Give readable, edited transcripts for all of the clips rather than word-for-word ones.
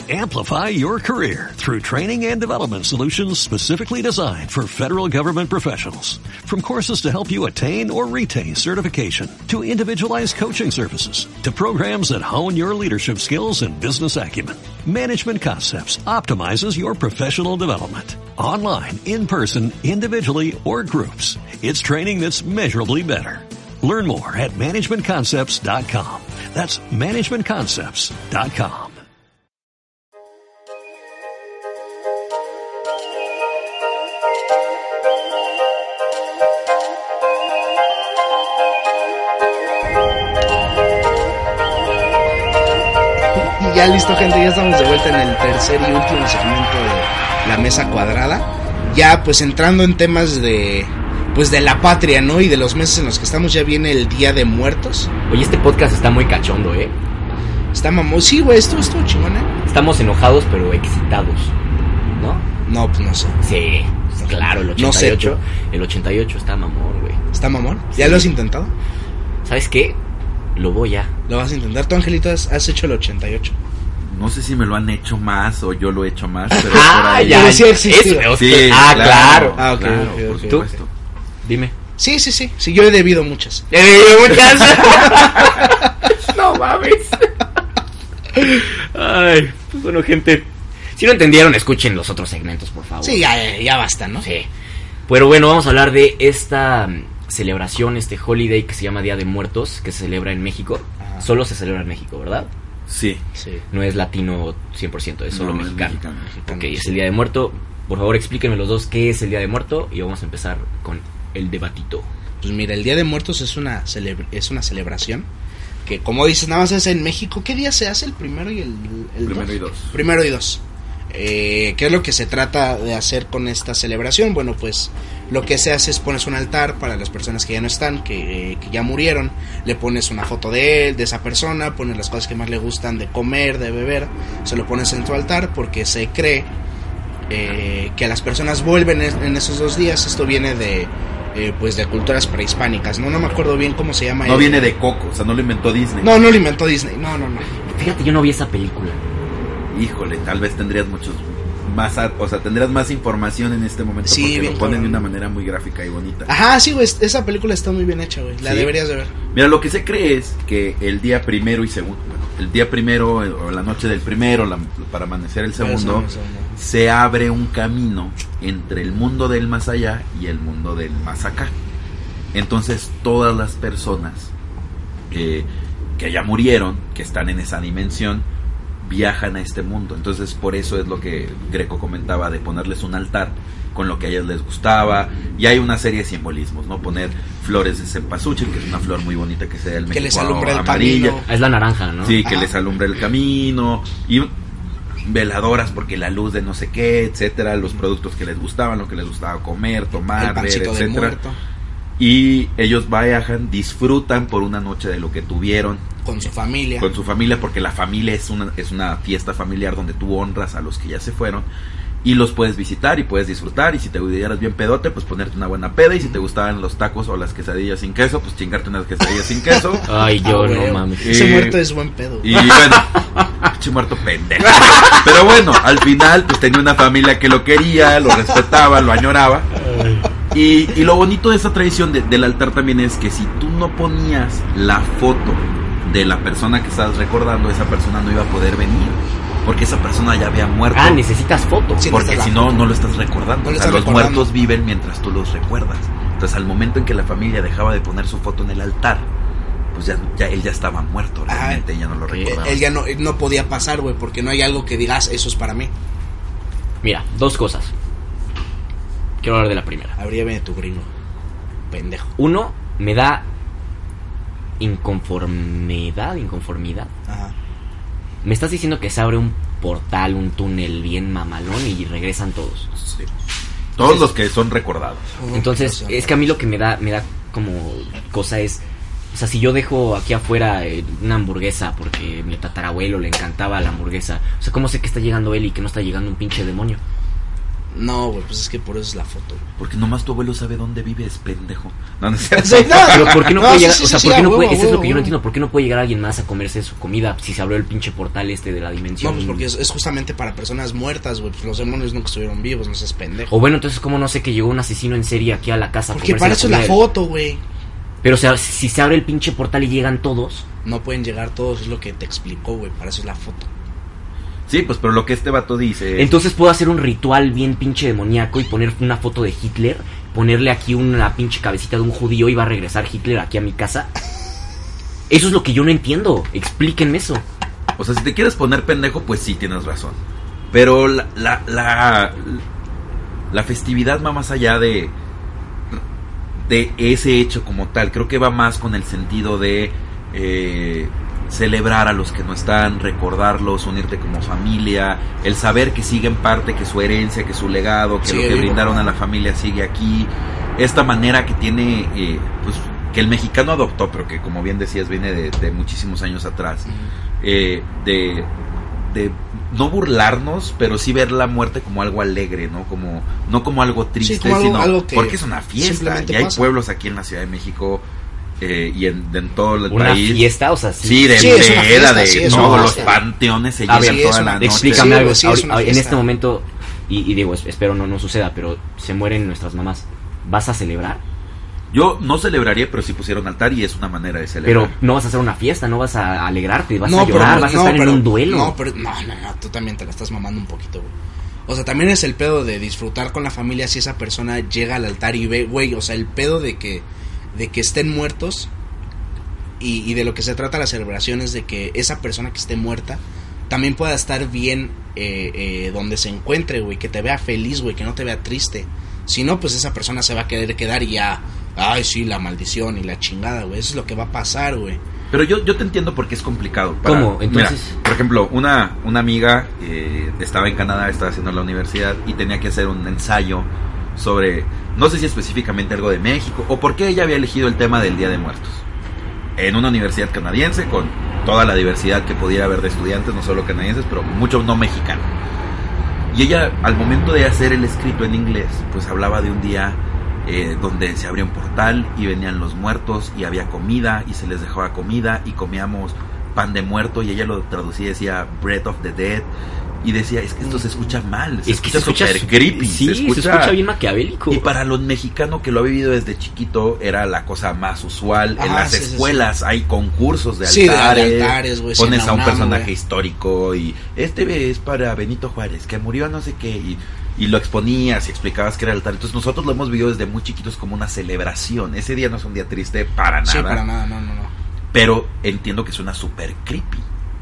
Amplify your career through training and development solutions specifically designed for federal government professionals. From courses to help you attain or retain certification, to individualized coaching services, to programs that hone your leadership skills and business acumen, Management Concepts optimizes your professional development. Online, in person, individually, or groups, it's training that's measurably better. Learn more at managementconcepts.com. That's managementconcepts.com. Ya listo, gente, ya estamos de vuelta en el tercer y último segmento de La Mesa Cuadrada. Ya pues entrando en temas de la patria, ¿no? Y de los meses en los que estamos, ya viene el Día de Muertos. Oye, este podcast está muy cachondo, ¿eh? Está mamón, sí, güey, estuvo chingón, ¿eh? Estamos enojados pero excitados, ¿no? No, pues no sé. Sí, claro, el 88. No sé, tú. El 88 está mamón, güey. ¿Está mamón? Sí. ¿Ya lo has intentado? ¿Sabes qué? Lo voy a. ¿Lo vas a intentar? ¿Tú, Angelito, has hecho el 88? No sé si me lo han hecho más o yo lo he hecho más, pero por ahí. ya, sí existe. Sí, claro. Ok, claro, ok, por ok. supuesto. Dime. Sí, yo he debido muchas. Muchas. No mames. Ay, pues bueno, gente. Si no entendieron, escuchen los otros segmentos, por favor. Sí, ya basta, ¿no? Sí. Pero bueno, vamos a hablar de esta celebración, este holiday que se llama Día de Muertos, que se celebra en México. Ajá. Solo se celebra en México, ¿verdad? Sí. No es latino 100%, es solo No, es mexicano. mexicano. Ok, es el Día de Muerto. Por favor, explíquenme los dos qué es el Día de Muerto y vamos a empezar con el debatito. Pues mira, el Día de Muertos es una celebración que, como dices, nada más es en México. ¿Qué día se hace? ¿El primero y el Primero y dos. Primero y dos. ¿Qué es lo que se trata de hacer con esta celebración? Bueno, pues lo que se hace es pones un altar para las personas que ya no están, que ya murieron. Le pones una foto de él, de esa persona, pones las cosas que más le gustan de comer, de beber. Se lo pones en tu altar porque se cree que las personas vuelven en esos 2 días. Esto viene de culturas prehispánicas, no me acuerdo bien cómo se llama. No viene de Coco, o sea, no lo inventó Disney. No lo inventó Disney, no. Fíjate, yo no vi esa película. Híjole, tal vez tendrías tendrías más información en este momento, Sí, porque bien lo ponen cabrón. de una manera muy gráfica y bonita. Ajá, sí, güey, esa película está muy bien hecha, güey, la Sí. deberías de ver. Mira, lo que se cree es que el día primero y segundo, el día primero o la noche del primero, para amanecer el segundo, se abre un camino entre el mundo del más allá y el mundo del más acá. Entonces todas las personas que ya murieron, que están en esa dimensión, viajan a este mundo. Entonces por eso es lo que Greco comentaba de ponerles un altar con lo que a ellas les gustaba, y hay una serie de simbolismos, ¿no? Poner flores de cempasúchil, que es una flor muy bonita que se da el Que les México alumbra el amarilla. camino. Es la naranja, ¿no? Sí, que Ajá. les alumbra el camino, y veladoras porque la luz de no sé qué, etcétera, los productos que les gustaban, lo que les gustaba comer, tomar, El ver, pancito del etcétera. muerto, Y ellos viajan, disfrutan por una noche de lo que tuvieron con su familia. con su familia, porque la familia es una fiesta familiar donde tú honras a los que ya se fueron y los puedes visitar y puedes disfrutar, y si te eras bien pedote, pues ponerte una buena peda, y si te gustaban los tacos o las quesadillas sin queso, pues chingarte unas quesadillas sin queso. Ay, yo Ah, no güey. mames. Ese Y- muerto es buen pedo. Y bueno, pinche muerto pendejo. Pero bueno, al final pues tenía una familia que lo quería, lo respetaba, lo añoraba. Y lo bonito de esa tradición del altar también es que si tú no ponías la foto de la persona que estabas recordando, esa persona no iba a poder venir, porque esa persona ya había muerto. Ah, necesitas fotos. Sí. Porque necesitas si la no, foto. no lo estás recordando. No lo O sea, estás los recordando. muertos viven mientras tú los recuerdas. Entonces, al momento en que la familia dejaba de poner su foto en el altar, pues ya él ya estaba muerto, realmente ya no lo recordaba. Él ya no podía pasar, güey, porque no hay algo que digas, eso es para mí. Mira, 2 cosas. Quiero hablar de la primera. Abríame tu gringo, pendejo. 1, me da inconformidad. Ajá. Me estás diciendo que se abre un portal, un túnel bien mamalón y regresan todos. Sí. Todos los que son recordados. Entonces, es que a mí lo que me da como cosa es, o sea, si yo dejo aquí afuera una hamburguesa porque mi tatarabuelo le encantaba la hamburguesa, o sea, ¿cómo sé que está llegando él y que no está llegando un pinche demonio? No, güey, pues es que por eso es la foto, güey. Porque nomás tu abuelo sabe dónde vives, pendejo. No, no sé. Pero ¿por qué no puede llegar? Sí, O sea, sí, ¿por qué no huevo, puede? Eso es lo huevo, que yo no huevo. entiendo. ¿Por qué no puede llegar alguien más a comerse su comida si se abrió el pinche portal de la dimensión? No, pues porque es justamente para personas muertas, güey. Pues los demonios nunca estuvieron vivos, no seas pendejo. O bueno, entonces, ¿cómo no sé que llegó un asesino en serie aquí a la casa? a Porque comerse para eso es la comida? foto, güey. Pero, o sea, si se abre el pinche portal y llegan todos... No pueden llegar todos, es lo que te explicó, güey. Para eso es la foto. Sí, pues pero lo que este vato dice... Entonces puedo hacer un ritual bien pinche demoníaco y poner una foto de Hitler, ponerle aquí una pinche cabecita de un judío y va a regresar Hitler aquí a mi casa. Eso es lo que yo no entiendo. Explíquenme eso. O sea, si te quieres poner pendejo, pues sí, tienes razón. Pero la festividad va más allá de ese hecho como tal. Creo que va más con el sentido de celebrar a los que no están, recordarlos, unirte como familia, el saber que siguen parte, que su herencia, que su legado, que Sí, lo que brindaron a la familia sigue aquí. Esta manera que tiene, pues, que el mexicano adoptó, pero que como bien decías viene de muchísimos años atrás, de no burlarnos, pero sí ver la muerte como algo alegre, ¿no? No como algo triste, Sí, como sino algo que porque es una fiesta. simplemente Y hay pasa. pueblos aquí en la Ciudad de México y en todo el Una país. fiesta, o sea, sí. Sí, de Sí, es una vera, fiesta, sí, es no, una los fiesta. panteones se A ver, llenan sí, toda es la una- noche. Explícame Sí, algo. sí, es una En fiesta. este momento, y digo, espero no suceda, pero se mueren nuestras mamás. ¿Vas a celebrar? Yo no celebraría, pero sí pusieron altar y es una manera de celebrar. Pero no vas a hacer una fiesta, no vas a alegrarte, vas No, a llorar, pero- vas a no, estar pero- en un duelo. No, tú también te la estás mamando un poquito, güey. O sea, también es el pedo de disfrutar con la familia si esa persona llega al altar y ve, güey, o sea, el pedo de que estén muertos y de lo que se trata la celebración es de que esa persona que esté muerta también pueda estar bien donde se encuentre, güey, que te vea feliz, güey, que no te vea triste. Si no, pues esa persona se va a querer quedar y ya, ay, sí, la maldición y la chingada, güey, eso es lo que va a pasar, güey. Pero yo te entiendo porque es complicado. ¿Cómo? Entonces- Mira, por ejemplo, una amiga estaba en Canadá, estaba haciendo la universidad y tenía que hacer un ensayo sobre, no sé si específicamente algo de México, o por qué ella había elegido el tema del Día de Muertos. En una universidad canadiense, con toda la diversidad que pudiera haber de estudiantes, no solo canadienses, pero muchos no mexicanos. Y ella, al momento de hacer el escrito en inglés, pues hablaba de un día donde se abría un portal y venían los muertos y había comida y se les dejaba comida y comíamos pan de muerto, y ella lo traducía y decía bread of the dead, y decía, es que esto se escucha mal, se Es que escucha super creepy, Sí, se escucha bien maquiavélico. y para los mexicanos que lo ha vivido desde chiquito era la cosa más usual. En Ajá, las sí, sí, escuelas hay concursos de Sí, de altares, altares, güey, pones sí, a un UNAM, personaje güey. histórico y este es para Benito Juárez, que murió a no sé qué, y lo exponías y explicabas que era el altar. Entonces nosotros lo hemos vivido desde muy chiquitos como una celebración. Ese día no es un día triste para nada. Sí, para nada, no. Pero entiendo que suena súper creepy.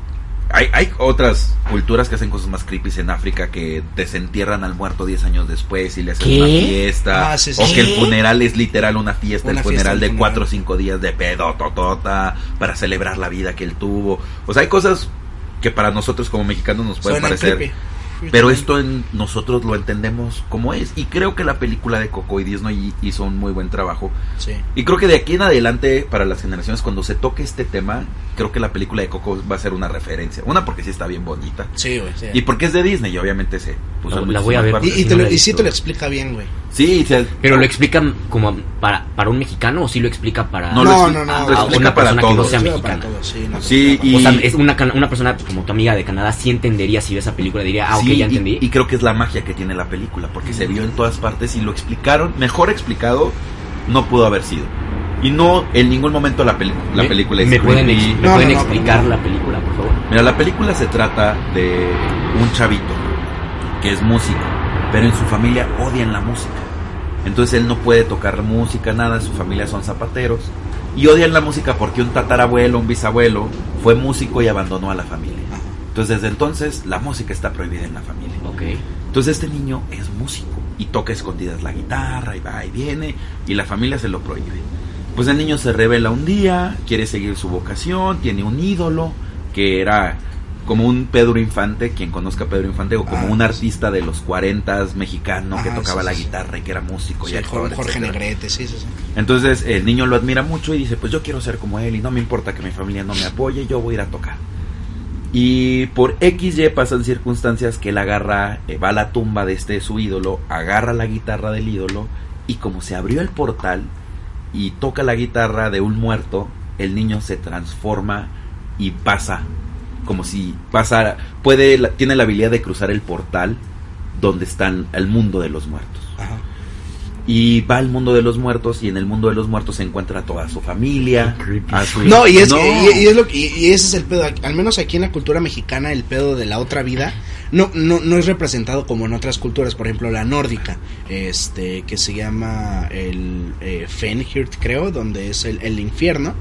Hay otras culturas que hacen cosas más creepy en África, que desentierran al muerto 10 años después y le hacen ¿Qué? una fiesta. Ah, sí, O sí. que el funeral es literal una fiesta, Una el fiesta funeral del de funeral. 4 o 5 días de pedo totota para celebrar la vida que él tuvo. O sea, hay cosas que para nosotros como mexicanos nos pueden Suena parecer... creepy. Pero esto nosotros lo entendemos como es. Y creo que la película de Coco y Disney hizo un muy buen trabajo. Sí. Y creo que de aquí en adelante, para las generaciones, cuando se toque este tema, creo que la película de Coco va a ser una referencia. Una, porque sí está bien bonita. Sí, güey, sí. Y porque es de Disney, y obviamente se puso en La voy a muchísimas ver. partes. Y Sí, no la he sí visto. te lo explica bien, güey. Sí, Pero lo explican como para un mexicano, o sí lo explica para No, No, lo no, lo no. explica Una para persona que no todos. sea Sí, mexicana. para todos, sí, no, Sí, claro. O sea, es una persona como tu amiga de Canadá sí entendería si ve esa película, diría, ah, ok, Sí, ya entendí. y creo que es la magia que tiene la película, porque se vio en todas partes y lo explicaron, mejor explicado no pudo haber sido. Y no en ningún momento la película es ¿Me pueden, creepy. me No, pueden no, no, explicar no. la película, por favor? Mira, la película se trata de un chavito que es músico, pero en su familia odian la música. Entonces él no puede tocar música, nada, su familia son zapateros y odian la música porque un tatarabuelo, un bisabuelo fue músico y abandonó a la familia. Entonces desde entonces la música está prohibida en la familia. Ok. Entonces este niño es músico y toca a escondidas la guitarra y va y viene y la familia se lo prohíbe. Pues el niño se revela un día, quiere seguir su vocación, tiene un ídolo que era como un Pedro Infante, quien conozca a Pedro Infante, o como un artista de los 40s mexicano que Ajá, tocaba sí, la sí. guitarra y que era músico Sí, y actor, Jorge etcétera. Negrete, sí. Entonces el niño lo admira mucho y dice, pues yo quiero ser como él y no me importa que mi familia no me apoye, yo voy a ir a tocar. Y por XY pasan circunstancias que él agarra, va a la tumba de su ídolo, agarra la guitarra del ídolo, y como se abrió el portal y toca la guitarra de un muerto, el niño se transforma y pasa, como si pasara, tiene la habilidad de cruzar el portal donde están el mundo de los muertos. Ajá. Y va al mundo de los muertos, y en el mundo de los muertos se encuentra a toda su familia. No, y ese es el pedo. Al menos aquí en la cultura mexicana, el pedo de la otra vida no es representado como en otras culturas. Por ejemplo, la nórdica, que se llama el Fenhir, creo, donde es el infierno.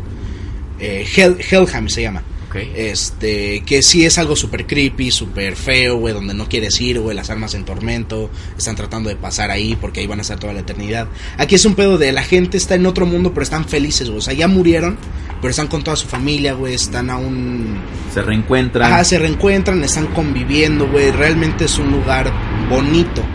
Helheim se llama. Okay. Que sí es algo súper creepy, súper feo, güey, donde no quieres ir, güey, las almas en tormento, están tratando de pasar ahí porque ahí van a estar toda la eternidad. Aquí es un pedo de la gente está en otro mundo, pero están felices, güey, o sea, ya murieron, pero están con toda su familia, güey, están aún... Se reencuentran. Ajá, se reencuentran, están conviviendo, güey, realmente es un lugar bonito.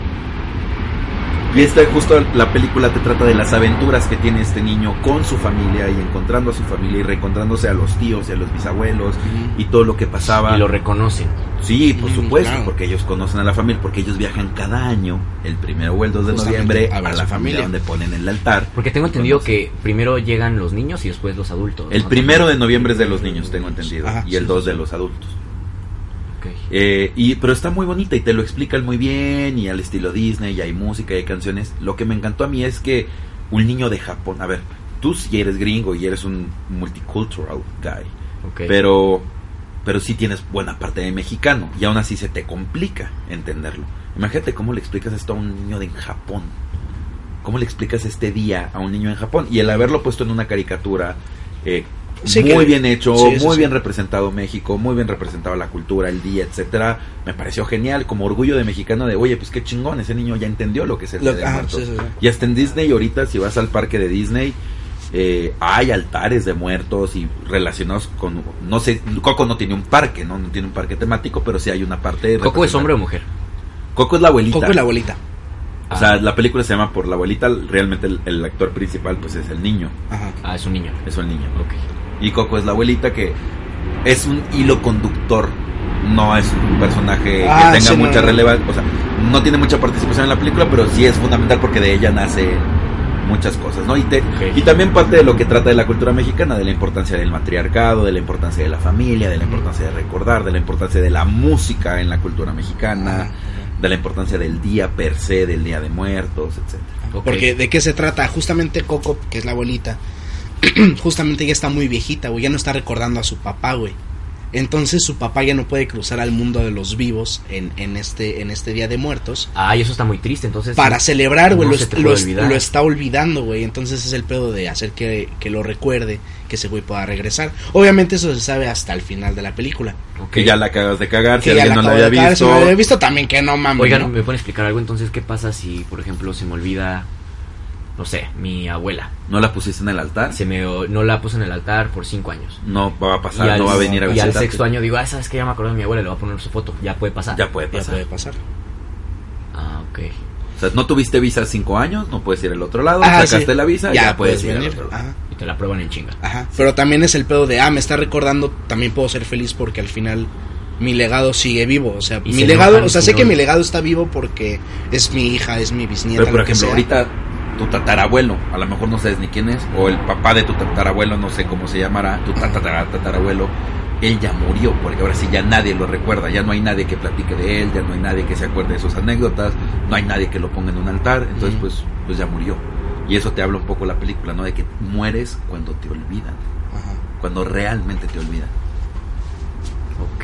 Y justo la película te trata de las aventuras que tiene este niño con su familia, y encontrando a su familia y reencontrándose a los tíos y a los bisabuelos, y todo lo que pasaba. Y lo reconocen. Sí, por supuesto, claro. Porque ellos conocen a la familia, porque ellos viajan cada año, el 1 o el 2 de noviembre, a la familia donde ponen el altar. Porque tengo entendido que primero llegan los niños y después los adultos. El 1 de noviembre es de los niños, tengo entendido. Ajá, y el sí, 2 sí. de los adultos. Okay. Pero está muy bonita y te lo explican muy bien, y al estilo Disney, y hay música y hay canciones. Lo que me encantó a mí es que un niño de Japón, a ver, tú sí eres gringo y eres un multicultural guy, Okay. pero sí tienes buena parte de mexicano, y aún así se te complica entenderlo. Imagínate cómo le explicas esto a un niño de Japón, cómo le explicas este día a un niño en Japón, y el haberlo puesto en una caricatura, sí, muy bien hecho, sí, muy sí. bien representado México, muy bien representado la cultura, el día, etcétera. Me pareció genial, como orgullo de mexicano, de oye, pues qué chingón, ese niño ya entendió lo que es el Día de Muertos. Sí. Y hasta en Disney ahorita, si vas al parque de Disney, hay altares de muertos y relacionados con, no sé, Coco no tiene un parque, no tiene un parque temático, pero sí hay una parte. ¿Coco es hombre o mujer? Coco es la abuelita. Coco es la abuelita. O sea, la película se llama por la abuelita, realmente el actor principal pues es el niño. Ajá. Ah, es un niño. Es un niño. Ok. Y Coco es la abuelita, que es un hilo conductor, no es un personaje que tenga mucha relevancia, o sea, no tiene mucha participación en la película, pero sí es fundamental porque de ella nace muchas cosas, ¿no? Y también parte de lo que trata de la cultura mexicana, de la importancia del matriarcado, de la importancia de la familia, de la importancia de recordar, de la importancia de la música en la cultura mexicana, de la importancia del día per se, del Día de Muertos, etcétera. Okay. Porque ¿de qué se trata? Justamente Coco, que es la abuelita, justamente ella está muy viejita, güey, ya no está recordando a su papá, güey. Entonces su papá ya no puede cruzar al mundo de los vivos en este Día de Muertos. Ah, y eso está muy triste, entonces. Para celebrar, güey, no lo está olvidando, güey. Entonces es el pedo de hacer que lo recuerde, que ese güey pueda regresar. Obviamente eso se sabe hasta el final de la película. Que ya la acabas de cagar, si Que ya alguien no la acabo había de cagar, visto. si no la había visto también, que no mames. Oigan, ¿no? ¿me pueden explicar algo entonces? ¿Qué pasa si, por ejemplo, se me olvida, no sé, mi abuela? ¿No la pusiste en el altar? No la puse en el altar por 5 años. No va a pasar, no va a venir a Y visitarte. al 6º año digo, ¿sabes qué? Ya me acuerdo de mi abuela, le voy a poner su foto. Ya puede pasar. Ya puede Ya pasar. puede pasar. Ah, ok. O sea, no tuviste visa 5 años, no puedes ir al otro lado, Ajá, sacaste sí. la visa, ya puedes ir al venir. otro lado. Ajá. Y te la prueban en chinga. Ajá. Pero también es el pedo de, me está recordando, también puedo ser feliz porque al final mi legado sigue vivo. O sea, Y mi se legado, enojan o sea, si sé no- que mi legado está vivo porque es mi hija, es mi bisnieta. Pero por lo que ejemplo, sea. ahorita tu tatarabuelo, a lo mejor no sabes ni quién es, o el papá de tu tatarabuelo, no sé cómo se llamará, tu tatarabuelo, él ya murió, porque ahora sí ya nadie lo recuerda, ya no hay nadie que platique de él, ya no hay nadie que se acuerde de sus anécdotas, no hay nadie que lo ponga en un altar, entonces pues ya murió. Y eso te habla un poco la película, ¿no? De que mueres cuando te olvidan, Ajá. cuando realmente te olvidan. Ok.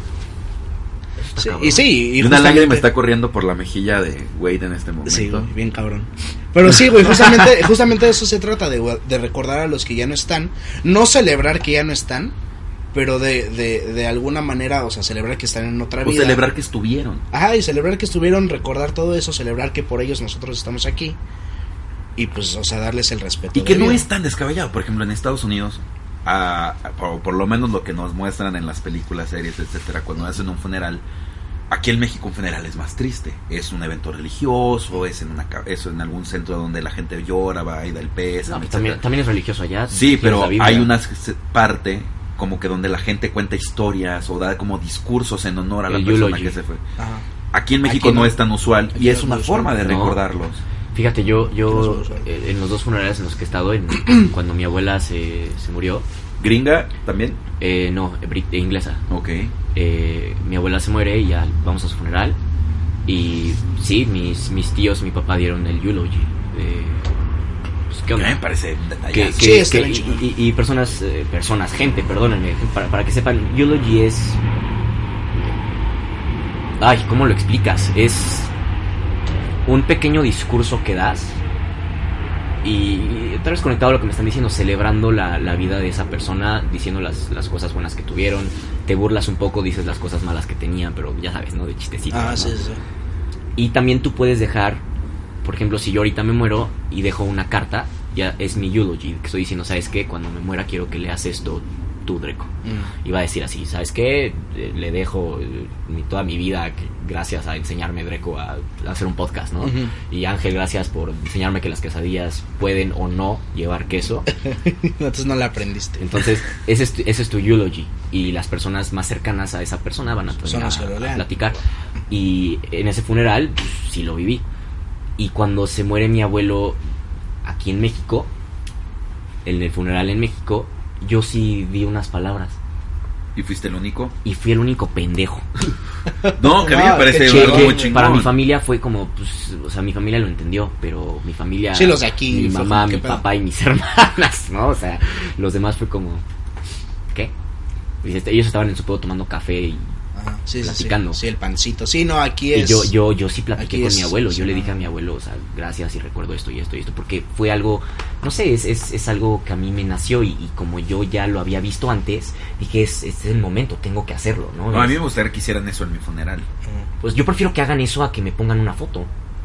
Eso está Sí, cabrón. y sí, Y una justamente- lágrima está corriendo por la mejilla de Wade en este momento. Sí, güey, bien cabrón. Pero sí, güey, justamente de eso se trata, de recordar a los que ya no están. No celebrar que ya no están, pero de alguna manera, o sea, celebrar que están en otra O vida. celebrar que estuvieron. Ajá, y celebrar que estuvieron, recordar todo eso, celebrar que por ellos nosotros estamos aquí. Y pues, o sea, darles el respeto. Y que no debido. es tan descabellado. Por ejemplo, en Estados Unidos, por lo menos lo que nos muestran en las películas, series, etcétera, cuando hacen un funeral, aquí en México un funeral es más triste. Es un evento religioso, es en algún centro donde la gente llora, va y da el pésame, No, etcétera. también es religioso allá. Sí, tienes pero la Biblia. hay una parte como que donde la gente cuenta historias o da como discursos en honor a la El persona eulogy. que se fue. Ajá. Aquí en México Aquí no no. es tan usual Aquí y es no una es forma de usual. No. recordarlos. Fíjate, yo No es en los 2 funerales en los que he estado, cuando mi abuela se murió, ¿Gringa también? no, inglesa. Ok. Mi abuela se muere y ya vamos a su funeral. Y sí, mis tíos, mi papá dieron el eulogy. Pues, ¿qué onda? Me parece un detalle. Que- Sí, que- está que- bien chingón. y personas, gente, perdónenme, para que sepan, eulogy es... Ay, ¿cómo lo explicas? Es un pequeño discurso que das y tal vez conectado a lo que me están diciendo, celebrando la vida de esa persona, diciendo las cosas buenas que tuvieron, te burlas un poco, dices las cosas malas que tenían, pero ya sabes, ¿no? De chistecito. Ah, ¿no? sí, sí. Y también tú puedes dejar, por ejemplo, si yo ahorita me muero y dejo una carta, ya es mi eulogy, que estoy diciendo, ¿sabes qué? Cuando me muera quiero que leas esto tú, Dreco. Y va a decir así, ¿sabes qué? Le dejo toda mi vida, gracias a enseñarme, Dreco, a hacer un podcast, ¿no? Ujú. Y Ángel, gracias por enseñarme que las quesadillas pueden o no llevar queso. Entonces no la aprendiste. Entonces, ese es tu eulogy. Y las personas más cercanas a esa persona van a poder Son los que lo lean. platicar. Y en ese funeral, pues, sí lo viví. Y cuando se muere mi abuelo aquí en México, en el funeral en México, yo sí di unas palabras. ¿Y fuiste el único? Y fui el único pendejo. No, que a mí me No, parece qué Que- algo que muy chingón. para mi familia fue como, pues, o sea, mi familia lo entendió, pero mi familia, Sí, los de aquí, mi fue mamá, como, ¿qué mi pedo? papá y mis hermanas, ¿no? O sea, los demás fue como, ¿qué? Y ellos estaban en su pedo tomando café y Ajá, sí, platicando. Sí, el pancito. Sí, no, aquí Y es... yo sí platiqué aquí con es- mi abuelo. sí, Yo le no. dije a mi abuelo, o sea, gracias y recuerdo esto y esto y esto, porque fue algo, no sé, es algo que a mí me nació y como yo ya lo había visto antes, dije, es el momento, tengo que hacerlo, ¿no? No, a mí me gustaría que hicieran eso en mi funeral. Pues yo prefiero que hagan eso a que me pongan una foto.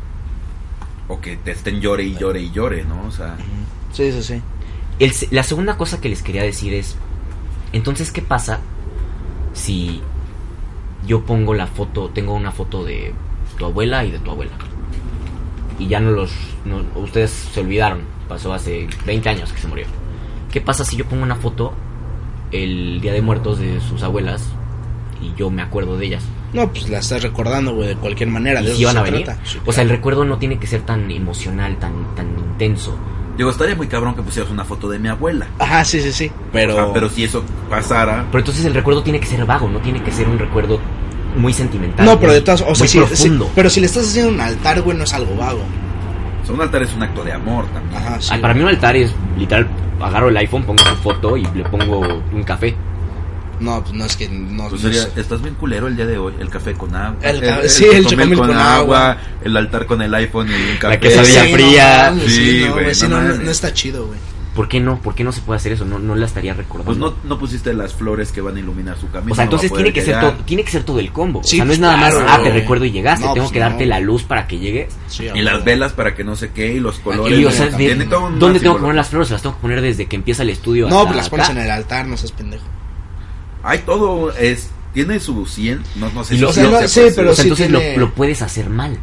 O que te estén llore y llore y llore, ¿no? O sea, Sí, sí, sí. La segunda cosa que les quería decir es, entonces, ¿qué pasa si yo pongo la foto, tengo una foto de tu abuela y de tu abuela? Y ya ustedes se olvidaron, pasó hace 20 años que se murió. ¿Qué pasa si yo pongo una foto el Día de Muertos de sus abuelas y yo me acuerdo de ellas? No, pues la estás recordando, güey, de cualquier manera. ¿Y De si eso van a se venir? trata. Sí, O sea, el claro. recuerdo no tiene que ser tan emocional, tan intenso. digo, estaría muy cabrón que pusieras una foto de mi abuela. Ajá, sí, sí, sí. Pero... O sea, pero si eso pasara, Pero entonces el recuerdo tiene que ser vago, no tiene que ser un recuerdo muy sentimental. No, pero muy- de todas... O sea, muy sí, profundo. pero si le estás haciendo un altar, güey, no es algo vago. o sea, un altar es un acto de amor también. Ajá, sí. Ay, para mí un altar es literal, agarro el iPhone, pongo su foto y le pongo un café. No, pues no es que... No, Pues no sería, es- estás bien culero el día de hoy. El café con agua. Sí, el chocomil chocomil con agua. El altar con el iPhone y un café. quesadilla Sí, fría. No, mames, Sí, sí, no, güey, güey, sí, no no, mames. no está chido, güey. ¿Por qué no? ¿Por qué no se puede hacer eso? No la estaría recordando. Pues no pusiste las flores que van a iluminar su camino. O sea, entonces no va a tiene que poder ser llegar. todo, tiene que ser todo el combo. Sí, o sea, no es pues, nada más, claro, te güey. recuerdo y llegaste, No, tengo pues, que darte no. la luz para que llegues. Sí, Y las velas para que no sé qué, y los colores. Y, o sea, tiene todo una ¿dónde tengo que simbología. poner las flores? Las tengo que poner desde que empieza el estudio No, hasta pues las pones acá. en el altar, no seas pendejo. Hay todo, tiene su 100, no sé Y si lo- sea, no, puede sí, ser. pero O sea, sí entonces tiene- lo puedes hacer mal.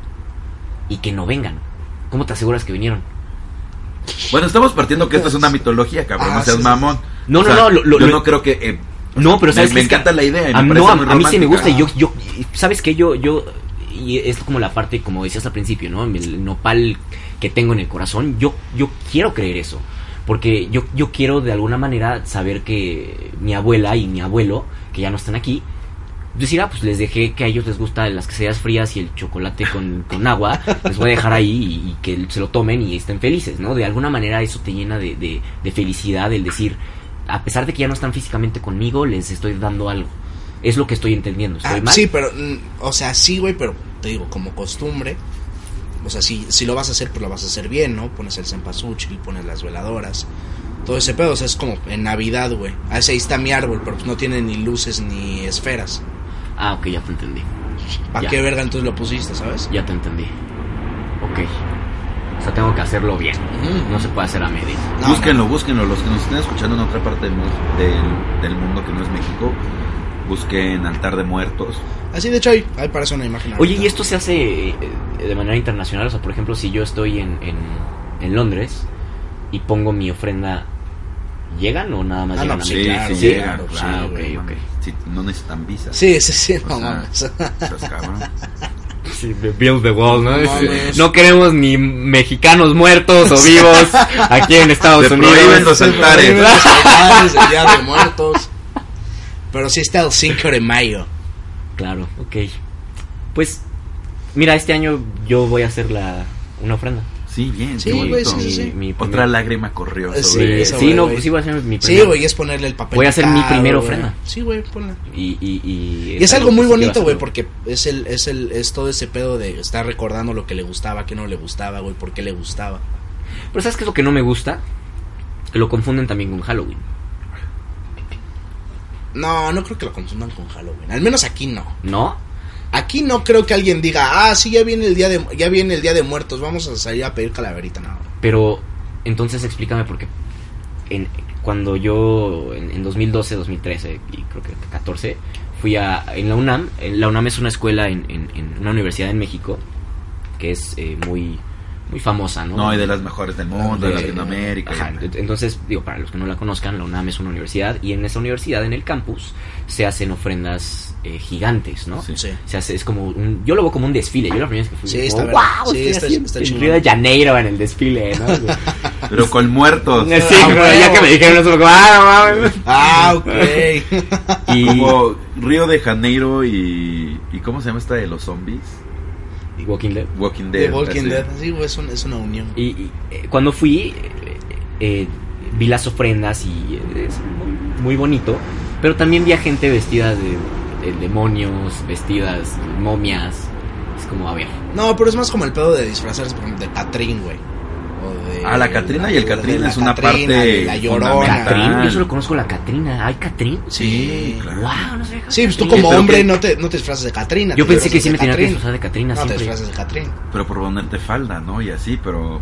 Y que no vengan. ¿Cómo te aseguras que vinieron? Bueno, estamos partiendo que esto es una mitología, cabrón, Ah, no seas sí, sí, mamón. No, O no, sea, no, yo lo- no creo que... No, pero sabes me que encanta la idea, y me a mí parece muy a mí sí me gusta. romántica. Y yo ¿sabes qué? Yo y es como la parte, como decías al principio, ¿no? El nopal que tengo en el corazón, yo quiero creer eso. Porque yo quiero de alguna manera saber que mi abuela y mi abuelo, que ya no están aquí, decir, pues les dejé que a ellos les gustan las quesadillas frías y el chocolate con agua, les voy a dejar ahí y que se lo tomen y estén felices, ¿no? De alguna manera eso te llena de felicidad, el decir, a pesar de que ya no están físicamente conmigo, les estoy dando algo. Es lo que estoy entendiendo. ¿Estoy mal? Sí, pero, o sea, sí, güey, pero te digo, como costumbre, o sea, si lo vas a hacer, pues lo vas a hacer bien, ¿no? Pones el cempasúchil, pones las veladoras, todo ese pedo, o sea, es como en Navidad, güey. Ahí está mi árbol, pero pues no tiene ni luces ni esferas. Ah, ok, ya te entendí. ¿Para Ya. qué verga entonces lo pusiste, sabes? Ya te entendí. Ok. O sea, tengo que hacerlo bien. Ujú. No se puede hacer a medias. No, Búsquenlo, búsquenlo. Los que nos estén escuchando en otra parte del mundo que no es México, busquen altar de muertos. Así, de hecho, hay para eso una imagen. Oye, ahorita. ¿y esto se hace de manera internacional? O sea, por ejemplo, si yo estoy en Londres y pongo mi ofrenda ¿llegan o nada más llegan no, a sí, México? claro, sí llegan, claro, claro, sí, ok. Sí, no necesitan visa. Sí, no O sea, mames. pues, cabrón. Sí, build the wall, ¿no? No mames. No queremos ni mexicanos muertos o vivos aquí en Estados Se Unidos. prohíben los altares. Prohíben los altares, el Día de Muertos. Pero sí está el 5 de mayo. Claro, ok. Pues, mira, este año yo voy a hacer una ofrenda. Sí, bien, Sí, qué güey, bonito. sí. Mi Otra primer- lágrima corrió Sí, sobre eso, Sí, güey, no, güey. pues sí voy a hacer mi Sí, primer. güey, es ponerle el papel. Voy a hacer mi picado, primera güey. ofrenda. Sí, güey, ponla. Y Y es algo muy que sí quiero bonito, güey, hacerlo. porque es todo ese pedo de estar recordando lo que le gustaba, qué no le gustaba, güey, por qué le gustaba. Pero ¿sabes qué es lo que no me gusta? Que lo confunden también con Halloween. No creo que lo confundan con Halloween. Al menos aquí no. ¿No? Aquí no creo que alguien diga, sí, ya viene el día de Muertos, vamos a salir a pedir calaverita, no. Pero, entonces explícame por qué. Cuando yo, en 2012, 2013 y creo que 14, fui en la UNAM. La UNAM es una escuela en una universidad en México que es muy famosa, ¿no? No, y de las mejores del mundo, de De- Latinoamérica. Ajá, entonces, digo, para los que no la conozcan, la UNAM es una universidad y en esa universidad, en el campus, se hacen ofrendas gigantes, ¿no? Sí. Sí. Se hace, es como yo lo veo como un desfile. Yo la primera vez que fui, Sí, como, está wow, verdad. Sí, estoy está en chingón. Río de Janeiro en el desfile, ¿no? Pero con muertos. Sí, Ah, pero huevo. ya que me dijeron eso, como, no mames. Ok. Y Como Río de Janeiro y ¿cómo se llama esta de los zombies? Walking Dead. Walking Dead. The Walking así. Dead, sí, güey, es una unión. Cuando fui, vi las ofrendas y es muy bonito, pero también vi a gente vestida de demonios, vestidas de momias. Es como, a ver. No, pero es más como el pedo de disfrazarse, por ejemplo, de Catrín, güey. O de La Catrina y el Catrín de es una Catrina, parte de la Llorona. fundamental. Catrín, yo solo conozco la Catrina. ¿Hay Catrín? Sí, claro. Wow, no sé. Sí, pues tú Catrín. como pero hombre que- no te disfrazas de Catrina. Yo te pensé que disfrazas sí de me tenía que Catrín. disfrazar de Catrina No, te siempre. disfrazas de Catrín. Pero por ponerte falda, ¿no? Y así, pero...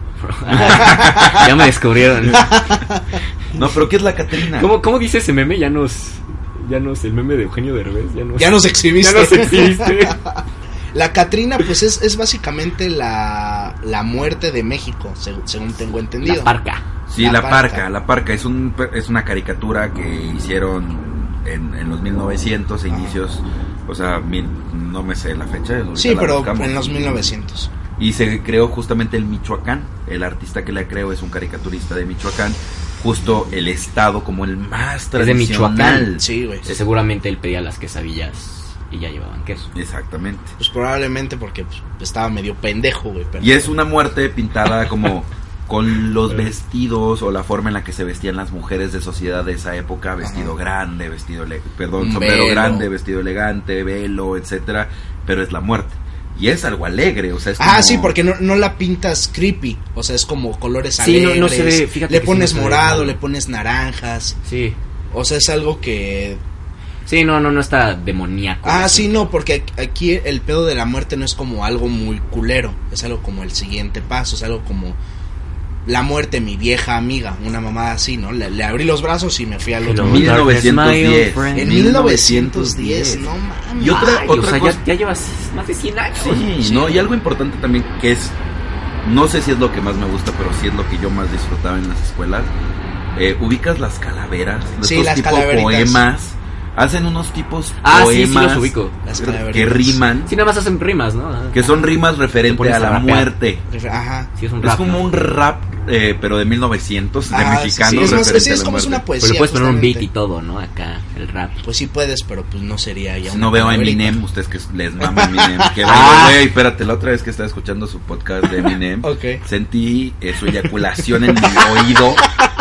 Ya me descubrieron. No, pero ¿qué es la Catrina? ¿Cómo dice ese meme? Ya nos el meme de Eugenio Derbez. Ya nos exhibiste. Ya nos exhibiste. La Catrina, pues es básicamente la muerte de México, según tengo entendido. La parca. Sí, La la Parca. parca es una caricatura que hicieron en los 1900 inicios, o sea, no me sé la fecha. ahorita Sí, la pero buscamos. en los 1900. Y se creó justamente en Michoacán. El artista que la creó es un caricaturista de Michoacán. Justo el estado como el más Es de tradicional. Michoacán. Sí, güey. Seguramente él pedía las quesadillas y ya llevaban queso. Exactamente. Pues probablemente porque pues, estaba medio pendejo, güey. Pero... Y es una muerte pintada como con los vestidos o la forma en la que se vestían las mujeres de sociedad de esa época, vestido grande, Un sombrero velo. grande, vestido elegante, velo, etcétera, pero es la muerte. Y es algo alegre, o sea, es como... sí, porque no la pintas creepy, o sea, es como colores Sí, alegres. no se ve, fíjate le que pones sí no se ve morado, mal. le pones naranjas, Sí. o sea, es algo que... Sí, no está demoníaco. Sí, no, porque aquí el pedo de la muerte no es como algo muy culero, es algo como el siguiente paso, es algo como la muerte, mi vieja amiga, una mamada así, ¿no? Le abrí los brazos y me fui al otro Hello, mundo. 1910. friend. En 1910, no mames. Y otra Ay, o sea, cosa... ya llevas más de 100 años. Sí, no, y algo importante también que es, no sé si es lo que más me gusta, pero sí es lo que yo más disfrutaba en las escuelas. Ubicas las calaveras, Sí, estos las tipo calaveritas. poemas, hacen unos tipos Sí, poemas los ubico. Las que calaveritas. riman, Sí, nada más hacen rimas, ¿no? que son rimas Te referente pones a a la rapear. muerte. Ajá. Sí, es un Es rap. como ¿no? un rap, pero de 1900, de Sí, mexicanos, es, más, referente a es la como es muerte. una poesía. Pero le puedes poner un beat justamente. y todo, ¿no? Acá, el rap. Pues sí puedes, pero pues no sería ya Si una no veo a calaverita. Eminem, ustedes que les mama Eminem, que güey, espérate, la otra vez que estaba escuchando su podcast de Eminem, Ok. sentí su eyaculación en mi oído.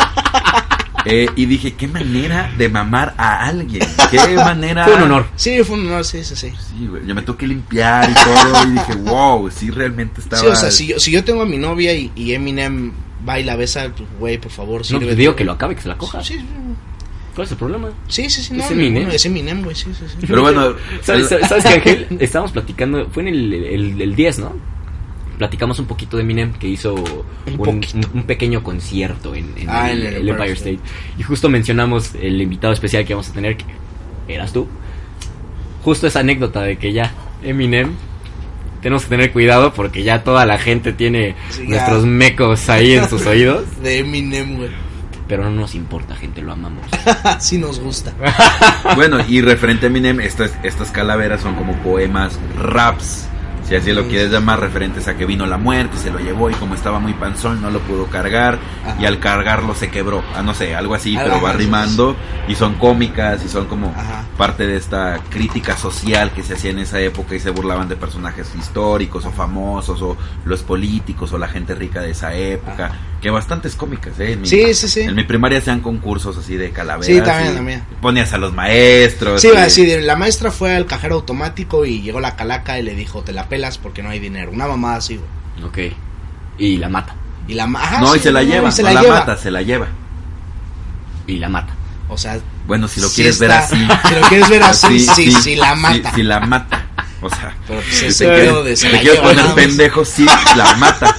Y dije, qué manera de mamar a alguien, qué manera. Fue un honor. Sí, fue un honor, sí. Sí, güey, yo me tuve que limpiar y todo, y dije, wow, sí, realmente estaba. Sí, o sea, si yo tengo a mi novia y Eminem baila, besa, pues, güey, por favor, No, sírvete. pues digo que lo acabe, que se la coja. Sí, ¿Cuál es el problema? sí, no, ¿Es Eminem? bueno, es Eminem, güey, sí. Pero bueno, ¿Sabes qué, Ángel? Estábamos platicando, fue en el 10, ¿no? Platicamos un poquito de Eminem, que hizo un pequeño concierto en el Empire State. Y justo mencionamos el invitado especial que vamos a tener, que eras tú. Justo esa anécdota de que ya Eminem, tenemos que tener cuidado porque ya toda la gente tiene Sí, nuestros mecos ahí en sus oídos. De Eminem, güey. pero no nos importa, gente, lo amamos. Sí nos gusta. Bueno, y referente a Eminem, estas calaveras son como poemas, raps, si así lo quieres llamar, referentes a que vino la muerte, se lo llevó y como estaba muy panzón no lo pudo cargar. Ajá. Y al cargarlo se quebró, no sé, algo así, pero va rimando y son cómicas y son como parte de esta crítica social que se hacía en esa época y se burlaban de personajes históricos o famosos o los políticos o la gente rica de esa época. Que bastantes cómicas, Sí. En mi primaria hacían concursos así de calaveras. Sí, también, también. Ponías a los maestros. Sí, así, la maestra fue al cajero automático y llegó la calaca y le dijo, te la pelas porque no hay dinero. Una mamada así, güey. Ok. Y la mata. Y la y se la lleva. Se la mata, se la lleva. Y la mata. O sea, bueno, si lo quieres ver así. Si lo quieres ver así, sí, la mata. Sí, la mata. O sea, pero pues ese pedo de se la quieres lleva. Poner pendejo, sí, la mata.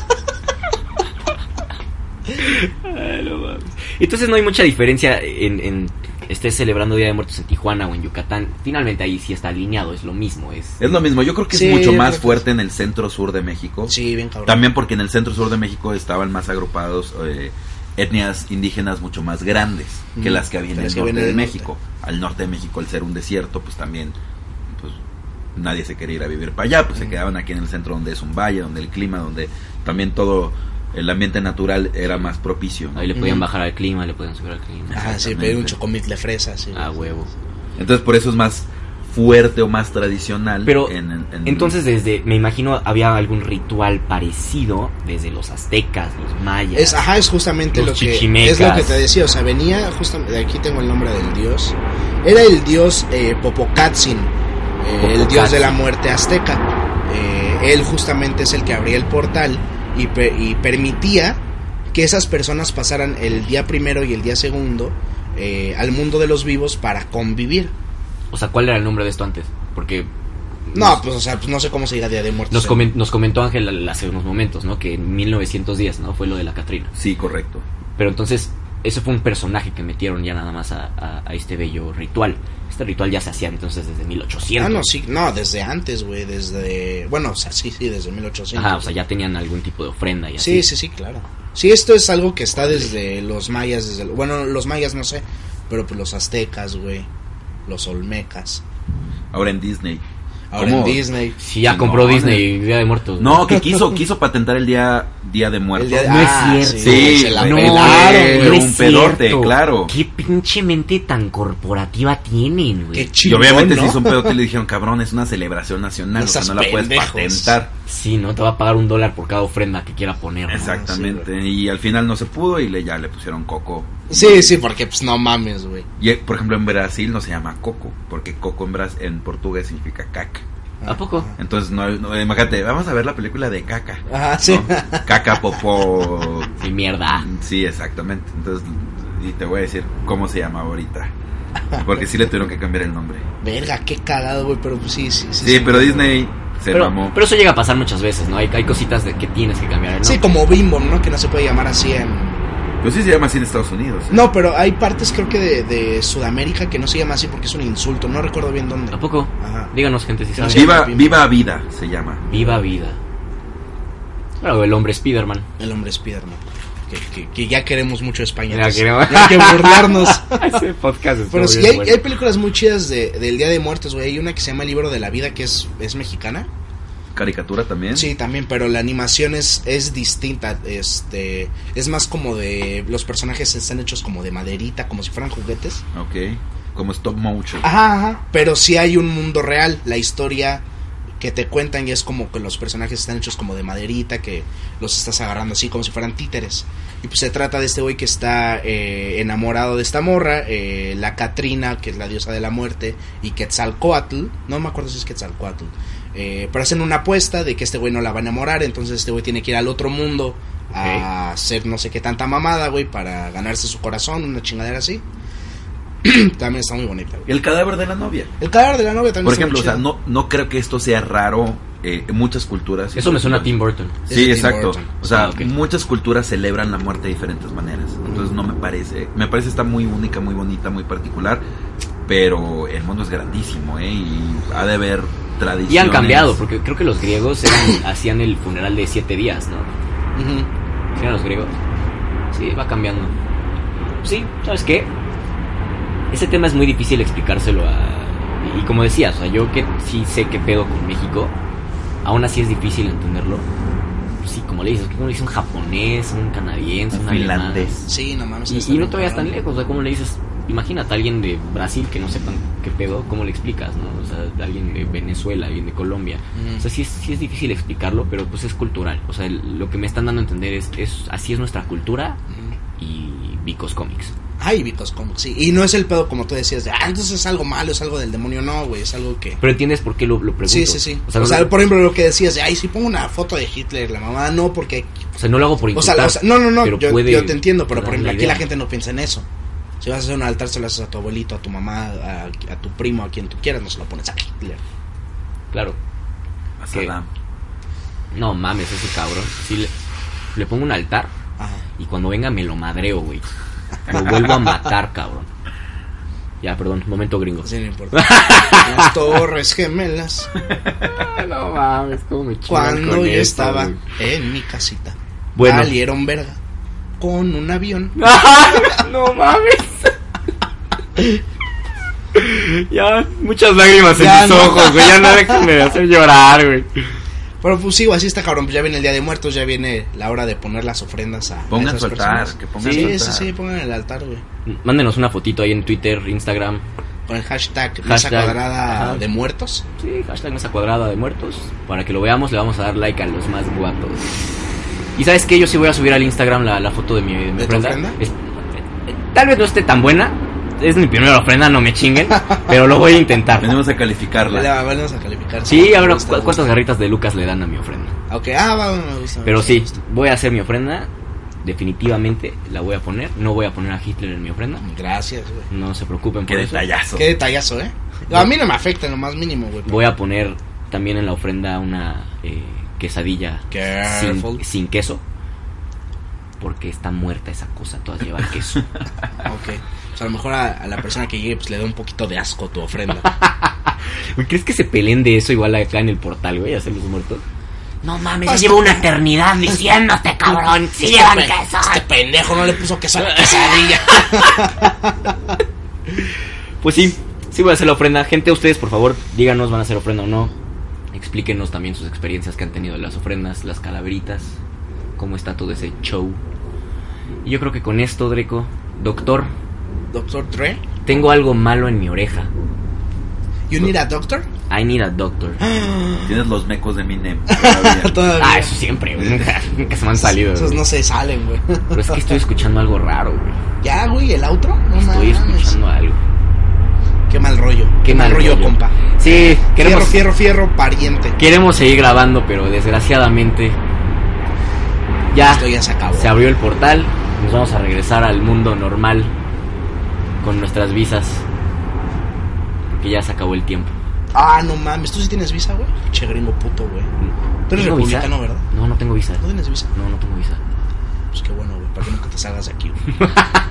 Entonces no hay mucha diferencia en estés celebrando Día de Muertos en Tijuana o en Yucatán. Finalmente ahí sí está alineado, es lo mismo. Es lo mismo, yo creo que es mucho más fuerte en el centro-sur de México. Sí, bien cabrón. También porque en el centro-sur de México estaban más agrupados etnias indígenas mucho más grandes que las que había en el norte de México. Al norte de México, al ser un desierto, pues también pues nadie se quería ir a vivir para allá, pues se quedaban aquí en el centro donde es un valle, donde el clima, donde también todo el ambiente natural era más propicio, ¿no? Ahí le podían bajar al clima, le podían subir al clima. Sí, pedir un chocomil de fresa, sí. Huevo. Entonces por eso es más fuerte o más tradicional. Pero entonces me imagino había algún ritual parecido desde los aztecas, los mayas. Es justamente los lo que chichimecas. Es lo que te decía, o sea, venía justamente, aquí tengo el nombre del dios. Era el dios Popocatzin, el dios de la muerte azteca. Él justamente es el que abría el portal y permitía que esas personas pasaran el día primero y el día segundo al mundo de los vivos para convivir. O sea, ¿cuál era el nombre de esto antes? Porque pues no sé cómo se dirá Día de Muertos. Nos comentó Ángel hace unos momentos, ¿no? Que en 1910, ¿no? Fue lo de la Catrina. Sí, correcto. Pero entonces, eso fue un personaje que metieron ya nada más a este bello ritual. Este ritual ya se hacía entonces desde 1800. Desde antes, güey, desde... Bueno, o sea, sí, desde 1800. Ajá, o sea, ya tenían algún tipo de ofrenda y así. Sí, claro. Sí, esto es algo que está desde los mayas, los mayas no sé, pero pues los aztecas, güey, los olmecas. Ahora en Disney. En Disney. Sí, ya compró Disney Día de Muertos. No, que quiso patentar el día de Muertos. No es cierto. Sí, no un pedote, claro. Qué pinche mente tan corporativa tienen, güey. Qué chingón, y obviamente ¿no? se hizo un pedote y le dijeron, cabrón, es una celebración nacional, o sea, no la puedes patentar. Sí, no, te va a pagar $1 por cada ofrenda que quiera poner, ¿no? Exactamente, y al final no se pudo y ya le pusieron coco. Sí, porque pues no mames, güey. Y por ejemplo en Brasil no se llama coco, porque coco en portugués significa caca. ¿A poco? Entonces, no, imagínate, vamos a ver la película de caca. Ajá, sí. ¿No? Caca, popó. Sí, mierda. Sí, exactamente. Entonces, y te voy a decir cómo se llama ahorita. Porque sí le tuvieron que cambiar el nombre. Verga, qué cagado, güey, pero pues sí. Sí, pero Disney se mamó. Pero eso llega a pasar muchas veces, ¿no? Hay cositas que tienes que cambiar el nombre. Sí, como Bimbo, ¿no? Que no se puede llamar así en... Pues sí se llama así en Estados Unidos. No, pero hay partes creo que de Sudamérica que no se llama así porque es un insulto. No recuerdo bien dónde. ¿A poco? Ajá. Díganos, gente, si saben. Viva Vida se llama. Viva Vida. Claro, el hombre Spiderman. El hombre Spiderman. Que ya queremos mucho España. Ya hay que burlarnos. Ese podcast es pero sí, hay películas muy chidas del Día de Muertos, güey. Hay una que se llama El Libro de la Vida que es mexicana. ¿Caricatura también? Sí, también, pero la animación es distinta. Es más como de... Los personajes están hechos como de maderita, como si fueran juguetes. Ok, como stop motion. Ajá. Pero sí hay un mundo real. La historia que te cuentan y es como que los personajes están hechos como de maderita, que los estás agarrando así como si fueran títeres. Y pues se trata de este güey que está enamorado de esta morra, la Catrina, que es la diosa de la muerte, y Quetzalcóatl, no me acuerdo si es Quetzalcóatl, pero hacen una apuesta de que este güey no la va a enamorar, entonces este güey tiene que ir al otro mundo a hacer no sé qué tanta mamada, güey, para ganarse su corazón, una chingadera así. También está muy bonita, güey. El cadáver de la novia. El cadáver de la novia también. Por ejemplo, o sea, no creo que esto sea raro en muchas culturas. Eso me suena a Tim Burton. Sí, exacto. Tim Burton. O sea, muchas culturas celebran la muerte de diferentes maneras. Entonces no me parece. Me parece está muy única, muy bonita, muy particular. Pero el mundo es grandísimo, y ha de haber tradiciones. Y han cambiado, porque creo que los griegos hacían el funeral de 7 días, ¿no? ¿Sí eran los griegos? Sí, va cambiando. Sí, ¿sabes qué? Ese tema es muy difícil explicárselo y como decías, o sea, yo que sí sé qué pedo con México, aún así es difícil entenderlo. Sí, como le dices, ¿cómo le dices un japonés, un canadiense, un finlandés? alemán? Sí, no mames. Y no te vayas tan lejos, o sea, ¿cómo le dices? Imagínate a alguien de Brasil que no sepan qué pedo, ¿cómo le explicas, no? O sea, alguien de Venezuela, alguien de Colombia. O sea, sí es difícil explicarlo, pero pues es cultural. O sea, lo que me están dando a entender es así es nuestra cultura y Vicos Comics. Ay, Vicos Comics, sí. Y no es el pedo como tú decías, de, entonces es algo malo, es algo del demonio. No, güey, es algo que... Pero entiendes por qué lo pregunto. Sí. O sea, por ejemplo, lo que decías de, ay, si pongo una foto de Hitler, la mamá, no, porque... O sea, no lo hago por insultar. O sea, no, yo te entiendo, pero dar por ejemplo, la aquí idea. la gente no piensa en eso. Si vas a hacer un altar, se lo haces a tu abuelito, a tu mamá, a tu primo, a quien tú quieras, no se lo pones a Hitler. Claro. A ¿Qué? Saddam. No mames, ese cabrón. Sí, le pongo un altar Ajá. y cuando venga me lo madreo, güey. Lo vuelvo a matar, cabrón. Ya, perdón, momento gringo. Sí, no importa. Las torres gemelas. No mames, cómo me chingan Cuando con yo eso, estaba güey. en mi casita, Bueno. salieron verga con un avión. No mames. Ya, muchas lágrimas en Ya, mis no. ojos, güey. Ya no déjenme de hacer llorar, güey. Pero pues sí, así está cabrón, pues ya viene el Día de Muertos, ya viene la hora de poner las ofrendas a Pongan esas su altar, personas. que pongan su Sí, altar. sí, pongan el altar, güey. Mándenos una fotito ahí en Twitter, Instagram. Con el hashtag mesa cuadrada ajá. de muertos. Sí, hashtag mesa cuadrada de muertos. Para que lo veamos, le vamos a dar like a los más guapos. Y ¿sabes qué? Yo sí voy a subir al Instagram la foto de mi ¿De tu ofrenda. ofrenda? Tal vez no esté tan buena. Es mi primera ofrenda, no me chinguen. Pero lo voy a intentar. Venimos a calificarla. Vamos a calificar. Sí, a ver Me gusta, cuántas me gusta. garritas de Lucas le dan a mi ofrenda. Ok, me gusta. Pero me sí, gusta. voy a hacer mi ofrenda. Definitivamente la voy a poner. No voy a poner a Hitler en mi ofrenda. Gracias, güey. No se preocupen por Qué eso. detallazo. Qué detallazo, A mí no me afecta en lo más mínimo, güey. Voy a poner también en la ofrenda una quesadilla Careful. sin queso. Porque está muerta esa cosa, todas llevan queso. Ok. O sea, a lo mejor a la persona que llegue pues le da un poquito de asco tu ofrenda. Güey, ¿crees que se peleen de eso igual acá en el portal, güey, a hacer los muertos? No mames, ya Pues, llevo una eternidad diciéndote, cabrón. Sí llevan queso. Este pendejo no le puso queso a la quesadilla. Pues sí voy a hacer la ofrenda. Gente, ustedes, por favor, díganos, ¿van a hacer ofrenda o no? Explíquenos también sus experiencias que han tenido de las ofrendas, las calaveritas, cómo está todo ese show. Y yo creo que con esto, Dreco, doctor, Doctor Dre. tengo algo malo en mi oreja. You need a doctor? I need a doctor. Tienes los mecos de Minem. Todavía. Todavía. Ah, eso siempre, güey. Nunca se me han salido. Esos güey. no se salen, güey. Pero es que estoy escuchando algo raro, güey. Ya, güey, el outro. No Estoy mames. escuchando algo. Qué mal rollo. Qué mal rollo, compa. Sí, Fierro, pariente. queremos seguir grabando, pero desgraciadamente ya Esto ya se acabó. se abrió el portal. Nos vamos a regresar al mundo normal con nuestras visas. Porque ya se acabó el tiempo. No mames. ¿Tú sí tienes visa, güey? Che gringo puto, güey. Tú eres ¿Tengo visa? republicano, ¿verdad? No, no tengo visa. ¿No tienes visa? No tengo visa. Pues qué bueno, güey. Para que nunca te salgas de aquí, güey.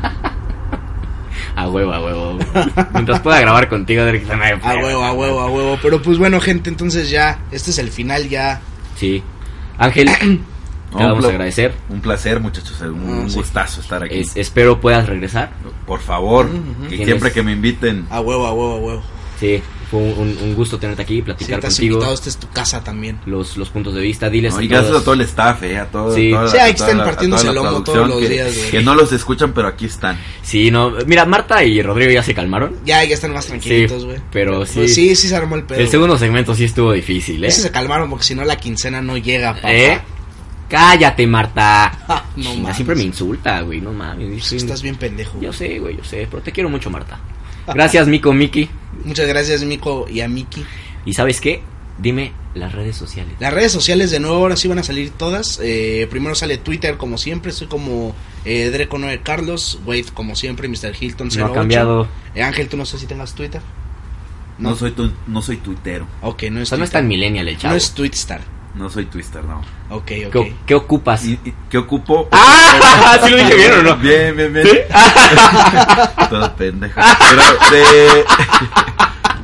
A huevo. Mientras pueda grabar contigo, Derek, no hay A pedo. huevo. Pero pues bueno, gente, entonces ya. Este es el final ya. Sí. Ángel, te vamos a agradecer. Un placer, muchachos. Un sí. gustazo estar aquí. Espero puedas regresar. Por favor, que Tienes- siempre que me inviten. A huevo. Sí, fue un gusto tenerte aquí, Si platicar te has contigo. invitado, esta es tu casa también. Los puntos de vista, diles No, a y gracias todos. a todo el staff, a todo. Sí. toda Sí, ahí toda están la- partiéndose toda la el lomo producción todos los que- días, güey. Que no los escuchan, pero aquí están. Sí, no, mira, Marta y Rodrigo ya se calmaron. Ya están más tranquilitos, güey. pero sí. Pues sí se armó el pedo. El segundo segmento sí estuvo difícil, ¿eh? Ese se calmaron porque si no la quincena no llega, papá. Cállate, Marta. No Chinga, mames. siempre me insulta, güey, no mames. Pues estás bien pendejo. Yo sé, güey, pero te quiero mucho, Marta. Gracias, Miko, Miki. Muchas gracias, Mico y a Miki. ¿Y sabes qué? Dime las redes sociales. Las redes sociales de nuevo ahora sí van a salir todas. Primero sale Twitter como siempre, soy como Dreco9 Carlos, Wade como siempre, Mr. Hilton 08. No ha cambiado. Ángel, tú no sé si tengas Twitter. No soy tuitero. Ok, no O es sea, no es Twitter. tan millennial el chavo. No es Twitstar. No soy twister, no. Ok. ¿Qué ocupas? ¿Y qué ocupo? ¡Ah! ¿Sí lo dije bien o no? Bien. ¿Sí? Todo pendejo. Pero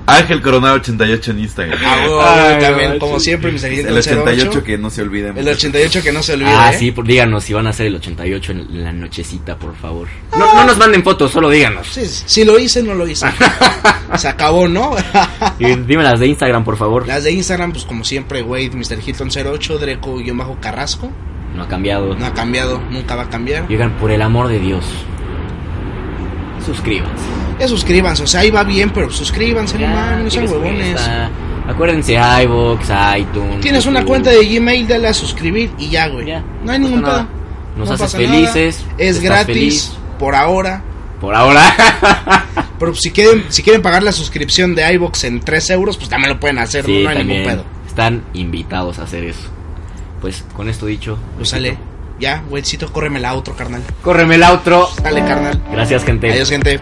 Ángel Coronado 88 en Instagram. También, como siempre, Mr. Hilton El 88 08. que no se olviden. El 88 que no se olvide. Sí, díganos si van a hacer el 88 en la nochecita, por favor. No nos manden fotos, solo díganos. Sí, si lo hice, no lo hice. Se acabó, ¿no? Y dime las de Instagram, por favor. Las de Instagram, pues como siempre, Wade, Mr. Hilton 08, Dreco-Carrasco. No ha cambiado. No ha cambiado, nunca va a cambiar. Y oigan, por el amor de Dios, suscríbanse. Ya suscríbanse, o sea, ahí va bien, pero suscríbanse, no mames, no sean huevones. Acuérdense, iVoox, iTunes. Tienes una cuenta de Gmail, dale a suscribir y ya, güey. Ya, no hay ningún pedo. Nos no haces pasa felices. nada. Es gratis, feliz. por ahora. Por ahora. Pero si quieren pagar la suscripción de iVoox en 3 euros, pues también lo pueden hacer, Sí, no hay también ningún pedo. están invitados a hacer eso. Pues con esto dicho, Pues sale. Ya, güeycito, córreme la outro, carnal. córreme el outro. Dale, carnal. Gracias, gente. Adiós, gente.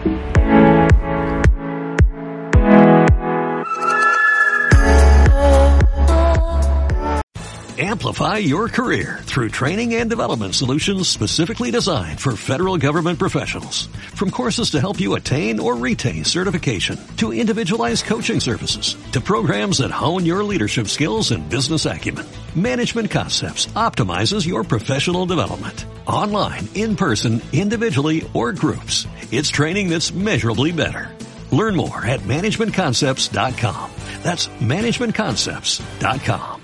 Amplify your career through training and development solutions specifically designed for federal government professionals. From courses to help you attain or retain certification, to individualized coaching services, to programs that hone your leadership skills and business acumen, Management Concepts optimizes your professional development. Online, in person, individually, or groups, it's training that's measurably better. Learn more at managementconcepts.com. That's managementconcepts.com.